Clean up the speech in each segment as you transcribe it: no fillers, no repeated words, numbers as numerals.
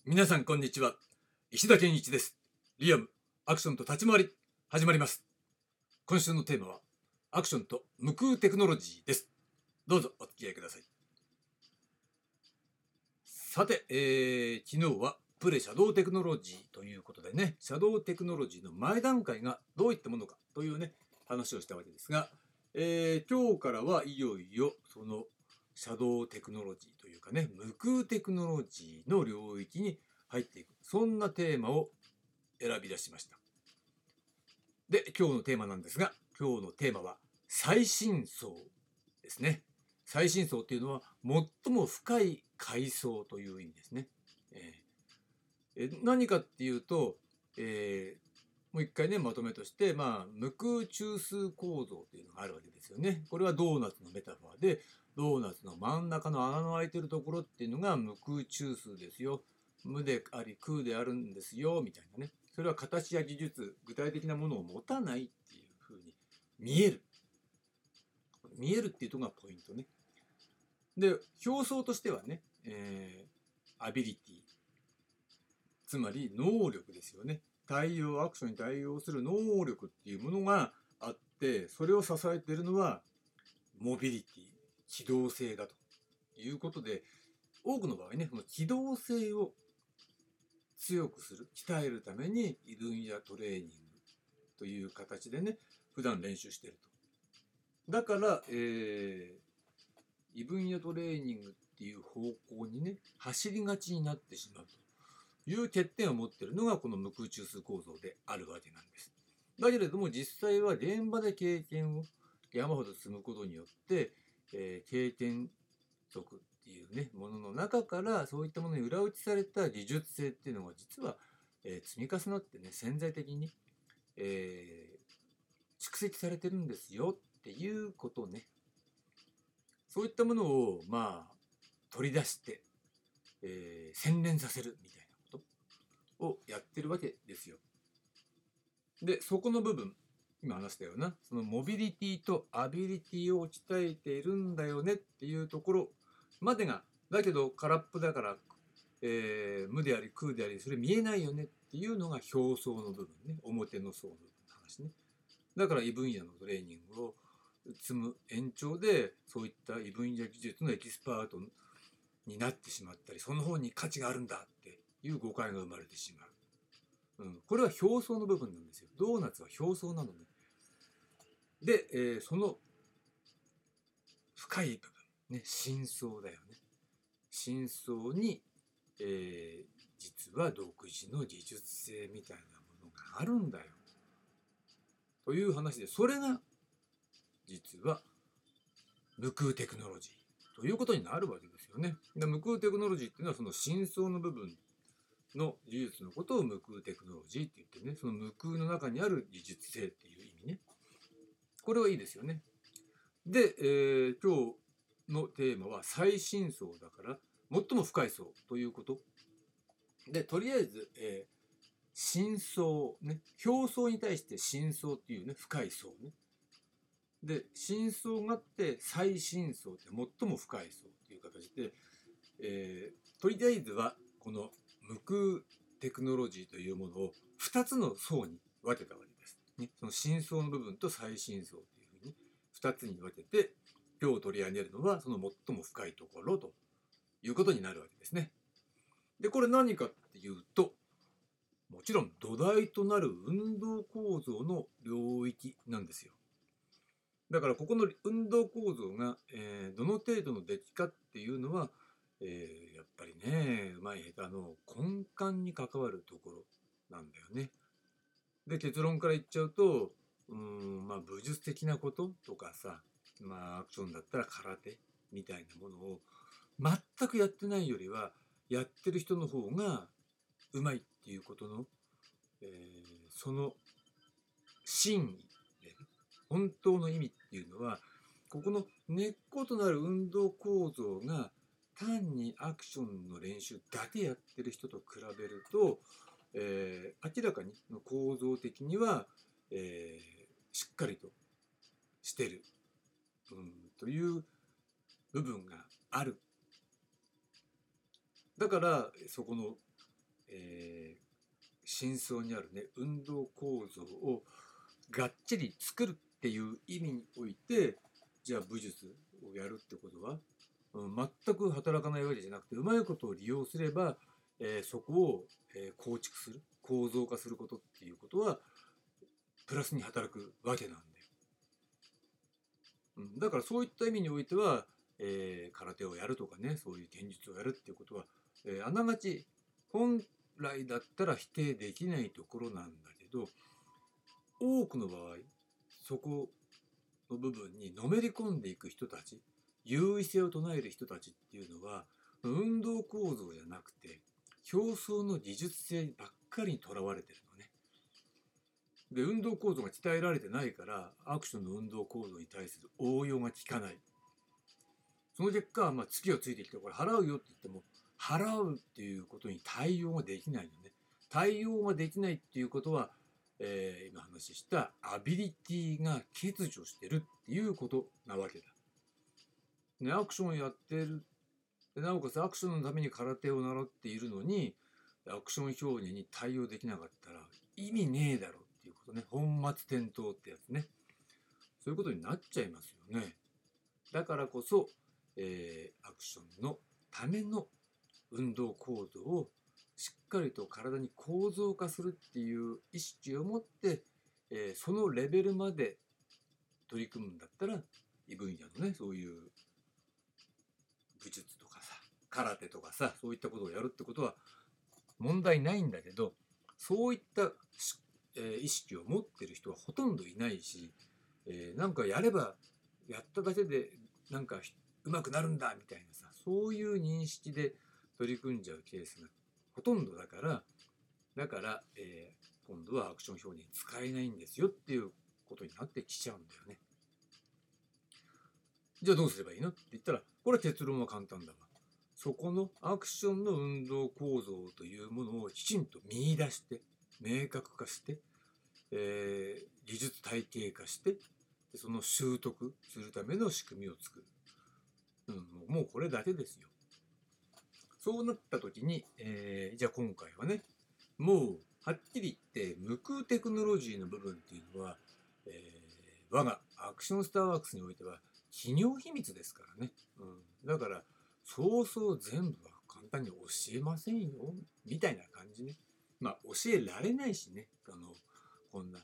皆さんこんにちは。石田健一です。リアムアクションと立ち回り始まります。今週のテーマはアクションと無空テクノロジーです。どうぞお付き合いください。さて、昨日はプレシャドウテクノロジーということでね、シャドウテクノロジーの前段階がどういったものかというね話をしたわけですが、今日からはいよいよそのシャドウテクノロジーというかね、無空テクノロジーの領域に入っていく、そんなテーマを選び出しました。で、今日のテーマなんですが、今日のテーマは最深層ですね。最深層っていうのは最も深い階層という意味ですね。何かっていうと、もう一回ねまとめとして、無空中枢構造というのがあるわけですよね。これはドーナツのメタファーで、ドーナツの真ん中の穴の開いてるところっていうのが無空中枢ですよ。無であり空であるんですよみたいなね。それは形や技術、具体的なものを持たないっていうふうに見える。見えるっていうのがポイントね。で、表層としてはね、アビリティ、つまり能力ですよね。アクションに対応する能力っていうものがあって、それを支えているのはモビリティ、機動性だということで、多くの場合ね、この機動性を強くする、鍛えるために異分野トレーニングという形でね、普段練習していると。だから、異分野トレーニングっていう方向にね、走りがちになってしまうという欠点を持っているのがこの無空中枢構造であるわけなんです。だけれども実際は現場で経験を山ほど積むことによって、経験則っていうねものの中からそういったものに裏打ちされた技術性っていうのが実は、積み重なってね潜在的に、蓄積されてるんですよっていうことね。そういったものを取り出して、洗練させるみたいなことをやってるわけですよ。で、そこの部分、今話したような、そのモビリティとアビリティを鍛えているんだよねっていうところまでが、だけど空っぽだから、無であり空であり、それ見えないよねっていうのが表層の部分ね、表の層の部分の話ね。だから異分野のトレーニングを積む延長で、そういった異分野技術のエキスパートになってしまったり、その方に価値があるんだっていう誤解が生まれてしまう。これは表層の部分なんですよ。ドーナツは表層なのね。で、その深い部分、ね、深層だよね。深層に、実は独自の技術性みたいなものがあるんだよ。という話で、それが実は無空テクノロジーということになるわけですよね。で無空テクノロジーっていうのはその深層の部分の技術のことを無空テクノロジーって言ってね、その無空の中にある技術性っていう意味ね。これはいいですよね。で、今日のテーマは最深層だから最も深い層ということで、とりあえず、深層ね、表層に対して深層っていうね深い層ね。で深層があって最深層って最も深い層っていう形で、とりあえずはこの無空テクノロジーというものを2つの層に分けたわけです、ね。その深層の部分と最深層というふうに2つに分けて、今日取り上げるのはその最も深いところということになるわけですね。でこれ何かっていうと、もちろん土台となる運動構造の領域なんですよ。だからここの運動構造が、どの程度の出来かっていうのは、やっぱりねうまい下手の根幹に関わるところなんだよね。で結論から言っちゃうと、武術的なこととかさ、アクションだったら空手みたいなものを全くやってないよりはやってる人の方がうまいっていうことの、その真意で、本当の意味っていうのは、ここの根っことなる運動構造が単にアクションの練習だけやってる人と比べると、明らかに構造的には、しっかりとしてる、という部分がある。だからそこの深層にあるね運動構造をがっちり作るっていう意味において、じゃあ武術をやるってことは、全く働かないわけじゃなくて、うまいことを利用すれば、そこを、構築する構造化することっていうことはプラスに働くわけなんだよ。だからそういった意味においては、空手をやるとかね、そういう剣術をやるっていうことは、あながち本来だったら否定できないところなんだけど、多くの場合そこの部分にのめり込んでいく人たち、優位性を唱える人たちっていうのは、運動構造じゃなくて表層の技術性ばっかりにとらわれてるのね。で、運動構造が鍛えられてないからアクションの運動構造に対する応用が効かない。その結果、月をついてきてこれ払うよって言っても払うっていうことに対応ができないのね。対応ができないっていうことは、今話したアビリティが欠如してるっていうことなわけだ。ね、アクションをやってる。なおかつアクションのために空手を習っているのにアクション表現に対応できなかったら意味ねえだろっていうことね。本末転倒ってやつね。そういうことになっちゃいますよね。だからこそ、アクションのための運動構造をしっかりと体に構造化するっていう意識を持って、そのレベルまで取り組むんだったら異分野のね、そういう武術とかさ空手とかさ、そういったことをやるってことは問題ないんだけど、そういった、意識を持ってる人はほとんどいないし、なんかやればやっただけでなんか上手くなるんだみたいなさ、そういう認識で取り組んじゃうケースがほとんどだから、今度はアクション表現使えないんですよっていうことになってきちゃうんだよね。じゃあどうすればいいのって言ったら、これ結論は簡単だわ。そこのアクションの運動構造というものをきちんと見出して明確化して、技術体系化して、その習得するための仕組みを作る、もうこれだけですよ。そうなった時に、じゃあ今回はね、もうはっきり言って無空テクノロジーの部分っていうのは、我がアクションスターワークスにおいては企業秘密ですからね、だからそうそう全部は簡単に教えませんよみたいな感じね。教えられないしね、こんな、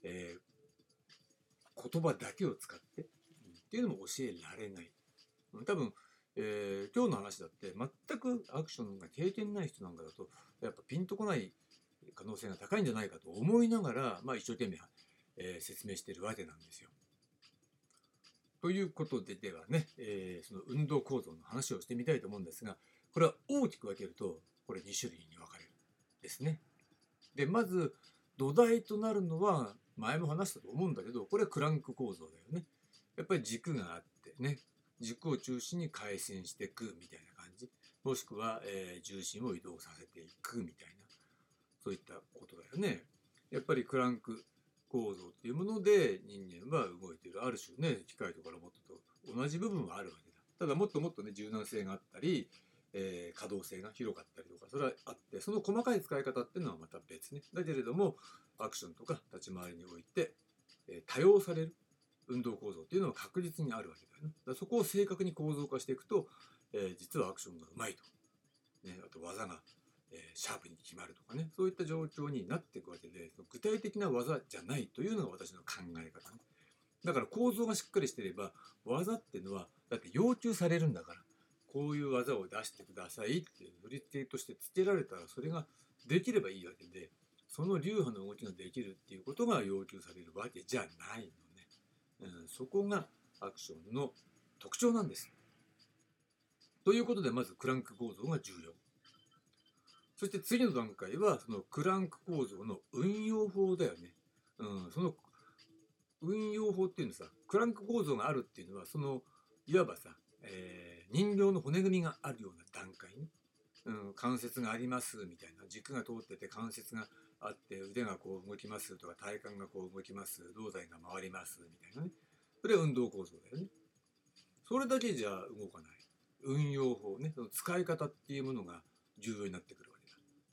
言葉だけを使ってっていうのも教えられない。多分、今日の話だって全くアクションが経験ない人なんかだとやっぱピンとこない可能性が高いんじゃないかと思いながら、一生懸命、説明しているわけなんですよ。ということでではね、その運動構造の話をしてみたいと思うんですが、これは大きく分けるとこれ2種類に分かれるですね。でまず土台となるのは前も話したと思うんだけど、これはクランク構造だよね。やっぱり軸があってね、軸を中心に回旋していくみたいな感じ、もしくは、重心を移動させていくみたいな、そういったことだよね。やっぱりクランク構造っていうもので人間は動いている。ある種ね、機械とかロボットと同じ部分はあるわけだ。ただもっともっとね、柔軟性があったり、可動性が広かったりとか、それはあって、その細かい使い方っていうのはまた別ね。だけれどもアクションとか立ち回りにおいて、多用される運動構造っていうのは確実にあるわけだよね。だからそこを正確に構造化していくと、実はアクションがうまいと、ね、あと技が、シャープに決まるとかね、そういった状況になっていくわけで、具体的な技じゃないというのが私の考え方ね。だから構造がしっかりしていれば技っていうのはだって要求されるんだから、こういう技を出してくださいって振り付けとしてつけられたらそれができればいいわけで、その流派の動きができるっていうことが要求されるわけじゃないのね。そこがアクションの特徴なんです。ということでまずクランク構造が重要。そして次の段階はそのクランク構造の運用法だよね。その運用法っていうのさ、クランク構造があるっていうのはそのいわばさ、人形の骨組みがあるような段階ね。関節がありますみたいな、軸が通ってて関節があって腕がこう動きますとか体幹がこう動きます、胴体が回りますみたいなね、それは運動構造だよね。それだけじゃ動かない運用法ね、その使い方っていうものが重要になってくるわけだ。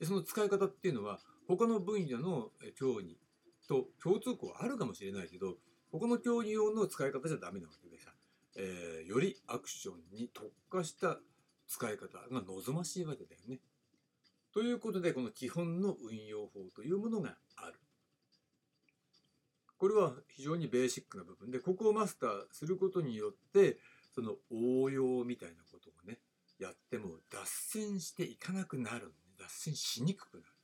でその使い方っていうのは他の分野の競技と共通項はあるかもしれないけど、他の競技用の使い方じゃダメなわけでさ、よりアクションに特化した使い方が望ましいわけだよね。ということでこの基本の運用法というものがある。これは非常にベーシックな部分で、ここをマスターすることによってその応用みたいなことをねやっても脱線していかなくなる、脱線しにくくなる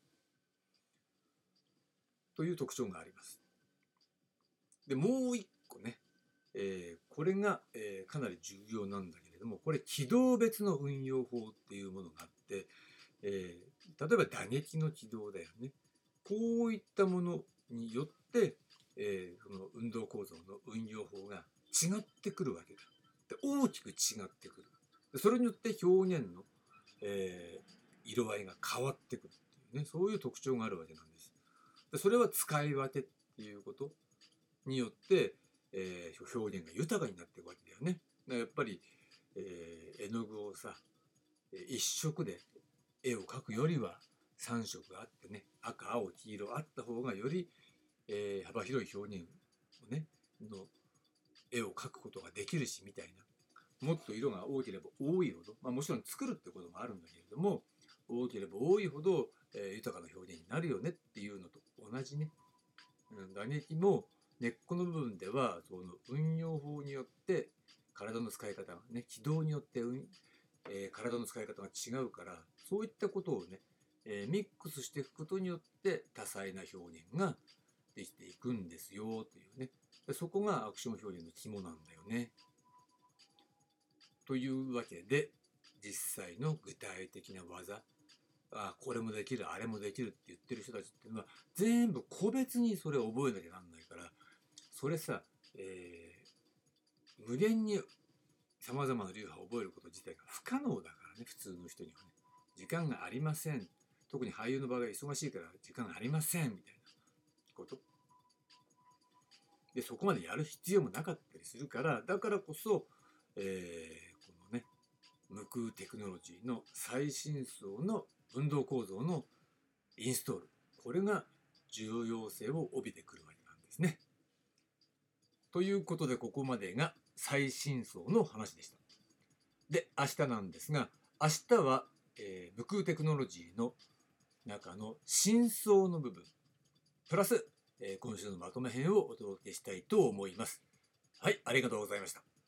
という特徴があります。でもう一個ね、これが、かなり重要なんだけれども、これ軌道別の運用法っていうものがあって、例えば打撃の軌道だよね。こういったものによって、その運動構造の運用法が違ってくるわけだ。で大きく違ってくる。それによって表現の、色合いが変わってくるっていうね、そういう特徴があるわけなんです。でそれは使い分けっていうことによって、表現が豊かになっていくわけだよね。だからやっぱり、絵の具をさ一色で絵を描くよりは3色あってね、赤青黄色あった方がより、幅広い表現をねの絵を描くことができるしみたいな、もっと色が多ければ多いほど、もちろん作るってこともあるんだけれども、多ければ多いほど、豊かな表現になるよねっていうのと同じね、打撃も根っこの部分ではその運用法によって体の使い方がね、軌道によって体の使い方が違うから、そういったことをね、ミックスしていくことによって多彩な表現ができていくんですよというね。でそこがアクション表現の肝なんだよね。というわけで実際の具体的な技、これもできるあれもできるって言ってる人たちっていうのは全部個別にそれを覚えなきゃなんないから、それさ、無限にさまざまな流派を覚えること自体が不可能だからね、普通の人にはね。時間がありません。特に俳優の場合は忙しいから時間がありませんみたいなことで、そこまでやる必要もなかったりするから、だからこそ、このね無空テクノロジーの最新層の運動構造のインストール、これが重要性を帯びてくるわけなんですね。ということでここまでが最新層の話でした。で明日なんですが、明日は、無空テクノロジーの中の深層の部分プラス、今週のまとめ編をお届けしたいと思います。はい、ありがとうございました。